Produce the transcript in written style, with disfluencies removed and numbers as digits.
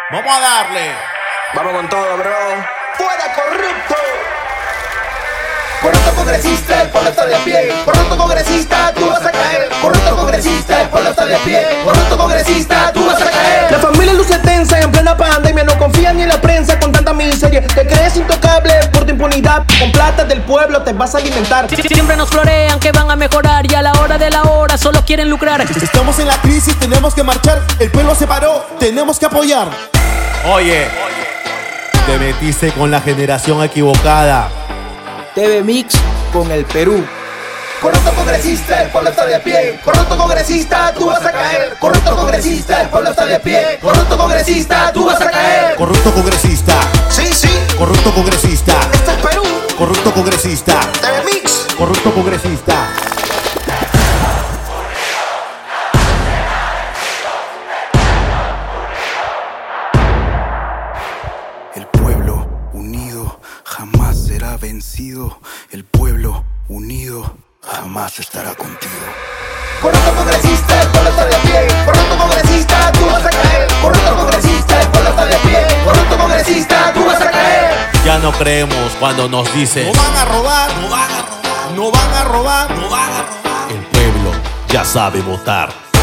Vamos a darle. Vamos con todo, bro. ¡Fuera corrupto! Corrupto congresista, el pueblo está de a pie. Corrupto congresista, tú vas a caer. Corrupto congresista, el pueblo está de a pie. Corrupto congresista, tú vas a caer. La familia luce tensa en plena pandemia. No confía ni en la prensa con tanta miseria. Te crees intocable por tu impunidad. Con plata del pueblo te vas a alimentar. Siempre nos florean que van a mejorar y a la hora de la hora solo quieren lucrar. Estamos en la crisis, tenemos que marchar. El pueblo se paró, tenemos que apoyar. Oye, te metiste con la generación equivocada. TV Mix con el Perú. Corrupto congresista, el pueblo está de a pie. Corrupto congresista, tú vas a caer. Corrupto congresista, el pueblo está de a pie. Corrupto congresista, tú vas a caer. Corrupto congresista. Sí, sí, Corrupto congresista. este es Perú. Corrupto congresista. TV Mix. Corrupto congresista. El pueblo unido jamás será vencido. El pueblo unido jamás estará contigo. Corrupto congresista, el pueblo está de a pie. Corrupto congresista, tú vas a caer. Corrupto congresista, el pueblo está de a pie. Corrupto congresista, tú vas a caer. Ya no creemos cuando nos dicen: No van a robar, no van a robar, no van a robar, no van a robar. el pueblo ya sabe votar.